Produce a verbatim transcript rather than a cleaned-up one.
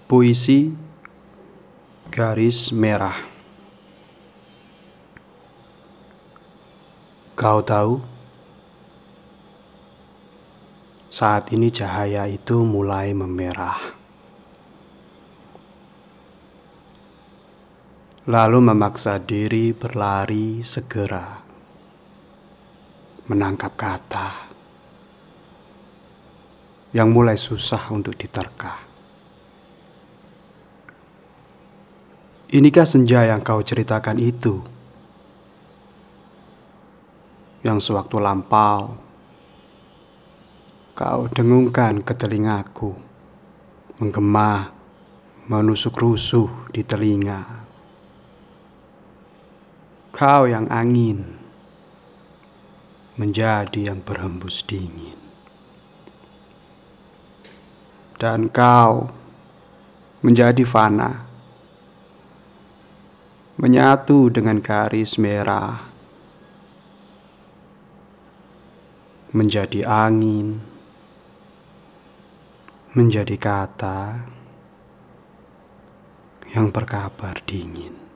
Puisi Garis Merah. Kau tahu, saat ini cahaya itu mulai memerah, lalu memaksa diri berlari segera menangkap kata yang mulai susah untuk diterka. Inikah senja yang kau ceritakan itu, yang sewaktu lampau kau dengungkan ke telingaku, menggema, menusuk rusuh di telinga. Kau yang angin menjadi yang berhembus dingin, dan kau menjadi fana, menyatu dengan garis merah, menjadi angin, menjadi kata yang berkabar dingin.